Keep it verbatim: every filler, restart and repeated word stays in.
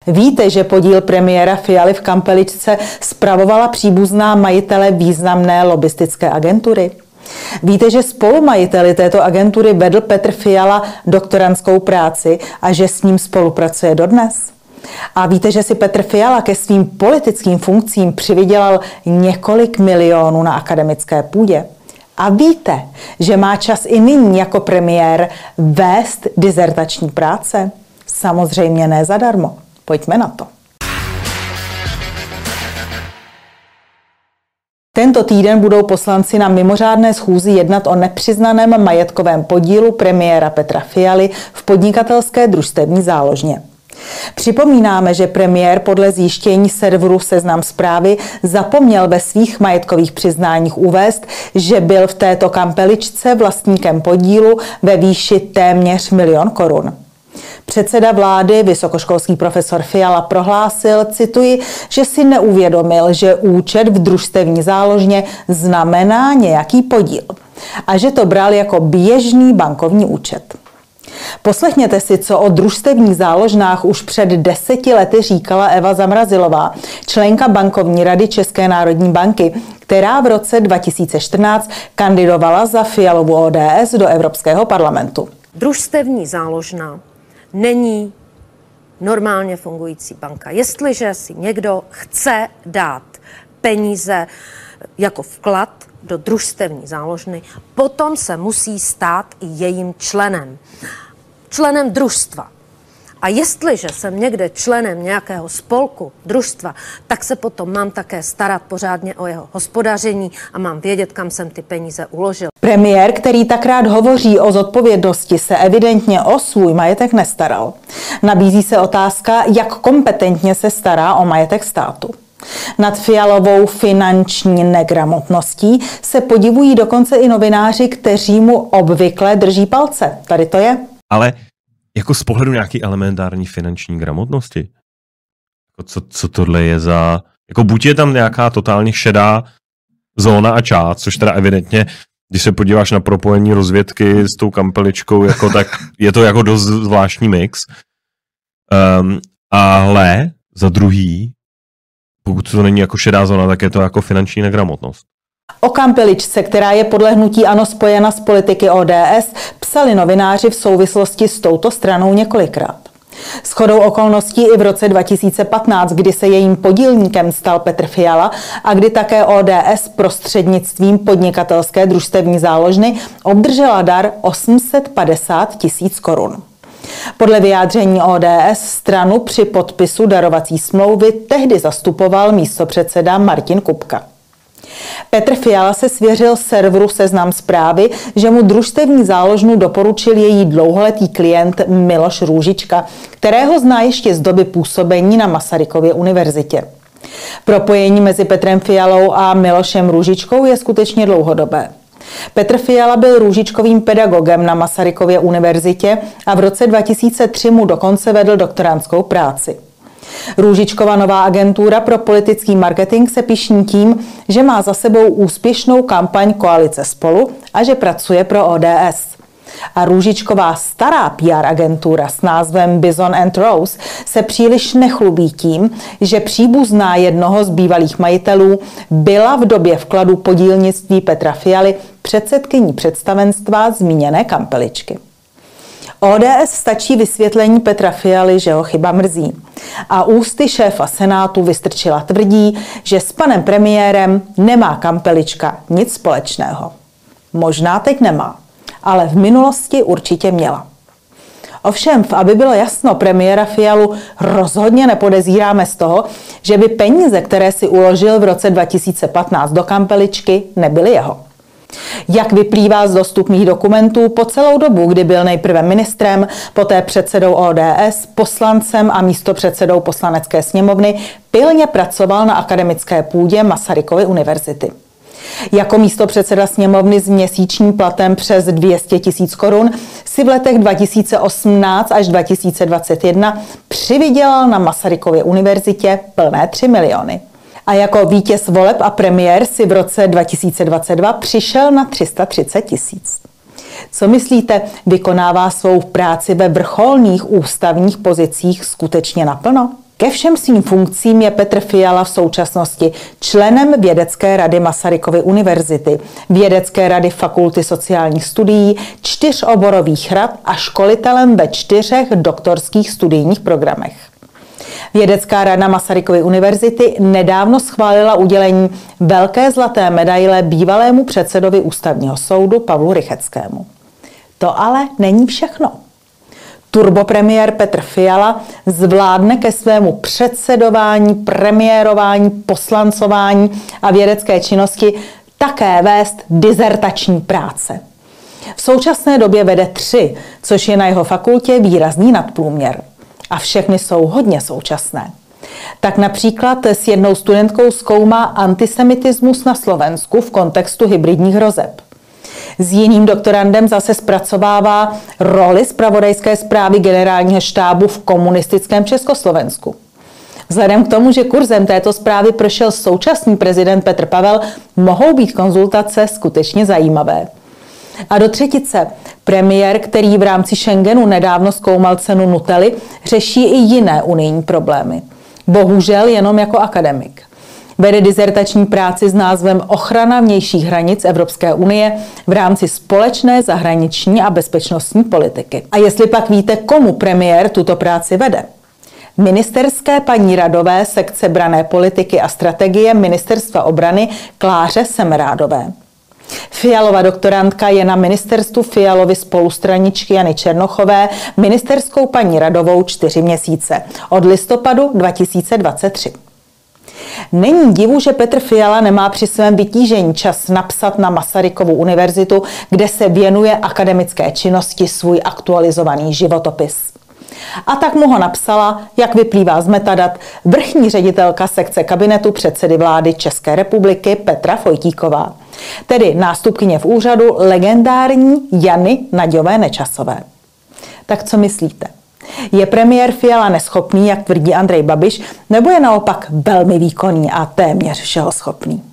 Víte, že podíl premiéra Fialy v kampeličce spravovala příbuzná majitele významné lobistické agentury? Víte, že spolumajiteli této agentury vedl Petr Fiala doktorandskou práci a že s ním spolupracuje dodnes? A víte, že si Petr Fiala ke svým politickým funkcím přivydělal několik milionů na akademické půdě? A víte, že má čas i nyní jako premiér vést dizertační práce? Samozřejmě ne zadarmo. Pojďme na to. Tento týden budou poslanci na mimořádné schůzi jednat o nepřiznaném majetkovém podílu premiéra Petra Fialy v podnikatelské družstevní záložně. Připomínáme, že premiér podle zjištění serveru Seznam Zprávy zapomněl ve svých majetkových přiznáních uvést, že byl v této kampeličce vlastníkem podílu ve výši téměř milion korun. Předseda vlády, vysokoškolský profesor Fiala, prohlásil, cituji, že si neuvědomil, že účet v družstevní záložně znamená nějaký podíl a že to bral jako běžný bankovní účet. Poslechněte si, co o družstevních záložnách už před deseti lety říkala Eva Zamrazilová, členka bankovní rady České národní banky, která v roce dva tisíce čtrnáct kandidovala za Fialovu O D S do Evropského parlamentu. Družstevní záložna není normálně fungující banka. Jestliže si někdo chce dát peníze jako vklad do družstevní záložny, potom se musí stát i jejím členem. Členem družstva. A jestliže jsem někde členem nějakého spolku, družstva, tak se potom mám také starat pořádně o jeho hospodaření a mám vědět, kam jsem ty peníze uložil. Premiér, který tak rád hovoří o zodpovědnosti, se evidentně o svůj majetek nestaral. Nabízí se otázka, jak kompetentně se stará o majetek státu. Nad Fialovou finanční negramotností se podivují dokonce i novináři, kteří mu obvykle drží palce. Tady to je. Ale jako z pohledu nějaký elementární finanční gramotnosti? Jako co, co tohle je za... Jako buď je tam nějaká totálně šedá zóna a část, což teda evidentně, když se podíváš na propojení rozvědky s tou kampeličkou, jako, tak je to jako dost zvláštní mix. Um, ale za druhý, pokud to není jako šedá zóna, tak je to jako finanční negramotnost. O kampeličce, která je podle hnutí ANO spojena s politiky O D S, psali novináři v souvislosti s touto stranou několikrát. Shodou okolností i v roce dva tisíce patnáct, kdy se jejím podílníkem stal Petr Fiala a kdy také O D S prostřednictvím podnikatelské družstevní záložny obdržela dar osm set padesát tisíc korun. Podle vyjádření O D S stranu při podpisu darovací smlouvy tehdy zastupoval místopředseda Martin Kupka. Petr Fiala se svěřil serveru Seznam Zprávy, že mu družstevní záložnu doporučil její dlouholetý klient Miloš Růžička, kterého zná ještě z doby působení na Masarykově univerzitě. Propojení mezi Petrem Fialou a Milošem Růžičkou je skutečně dlouhodobé. Petr Fiala byl Růžičkovým pedagogem na Masarykově univerzitě a v roce dva tisíce tři mu dokonce vedl doktorandskou práci. Růžičkova nová agentura pro politický marketing se pyšní tím, že má za sebou úspěšnou kampaň Koalice Spolu a že pracuje pro O D S. A Růžičková stará P R agentura s názvem Bison and Rose se příliš nechlubí tím, že příbuzná jednoho z bývalých majitelů byla v době vkladu podílnictví Petra Fialy předsedkyní představenstva zmíněné kampeličky. O D S stačí vysvětlení Petra Fialy, že ho chyba mrzí. A ústy šéfa Senátu Vystrčila tvrdí, že s panem premiérem nemá kampelička nic společného. Možná teď nemá, ale v minulosti určitě měla. Ovšem, aby bylo jasno, premiéra Fialu rozhodně nepodezíráme z toho, že by peníze, které si uložil v roce dva tisíce patnáct do kampeličky, nebyly jeho. Jak vyplývá z dostupných dokumentů, po celou dobu, kdy byl nejprve ministrem, poté předsedou O D S, poslancem a místopředsedou Poslanecké sněmovny, pilně pracoval na akademické půdě Masarykovy univerzity. Jako místopředseda sněmovny s měsíčním platem přes dvě stě tisíc korun si v letech dva tisíce osmnáct až dva tisíce dvacet jedna přivydělal na Masarykově univerzitě plné tři miliony. A jako vítěz voleb a premiér si v roce dva tisíce dvacet dva přišel na tři sta třicet tisíc. Co myslíte, vykonává svou práci ve vrcholných ústavních pozicích skutečně naplno? Ke všem svým funkcím je Petr Fiala v současnosti členem Vědecké rady Masarykovy univerzity, Vědecké rady Fakulty sociálních studií, čtyř oborových rad a školitelem ve čtyřech doktorských studijních programech. Vědecká rada Masarykovy univerzity nedávno schválila udělení velké zlaté medaile bývalému předsedovi Ústavního soudu Pavlu Rycheckému. To ale není všechno. Turbopremiér Petr Fiala zvládne ke svému předsedování, premiérování, poslancování a vědecké činnosti také vést dizertační práce. V současné době vede tři, což je na jeho fakultě výrazný nadprůměr. A všechny jsou hodně současné. Tak například s jednou studentkou zkoumá antisemitismus na Slovensku v kontextu hybridních hrozeb. S jiným doktorandem zase zpracovává roli zpravodajské zprávy generálního štábu v komunistickém Československu. Vzhledem k tomu, že kurzem této zprávy prošel současný prezident Petr Pavel, mohou být konzultace skutečně zajímavé. A do třetice premiér, který v rámci Schengenu nedávno zkoumal cenu Nutelly, řeší i jiné unijní problémy. Bohužel jenom jako akademik. Vede dizertační práci s názvem Ochrana vnějších hranic Evropské unie v rámci společné zahraniční a bezpečnostní politiky. A jestli pak víte, komu premiér tuto práci vede? Ministerské paní radové sekce branné politiky a strategie Ministerstva obrany Kláře Semerádové. Fialova doktorandka je na ministerstvu Fialovy spolustraničky Jany Černochové ministerskou paní radovou čtyři měsíce od listopadu dva tisíce dvacet tři. Není divu, že Petr Fiala nemá při svém vytížení čas napsat na Masarykovu univerzitu, kde se věnuje akademické činnosti, svůj aktualizovaný životopis. A tak mu ho napsala, jak vyplývá z metadat, vrchní ředitelka sekce kabinetu předsedy vlády České republiky Petra Fojtíková, tedy nástupkyně v úřadu legendární Jany Naďové Nečasové. Tak co myslíte? Je premiér Fiala neschopný, jak tvrdí Andrej Babiš, nebo je naopak velmi výkonný a téměř všeho schopný?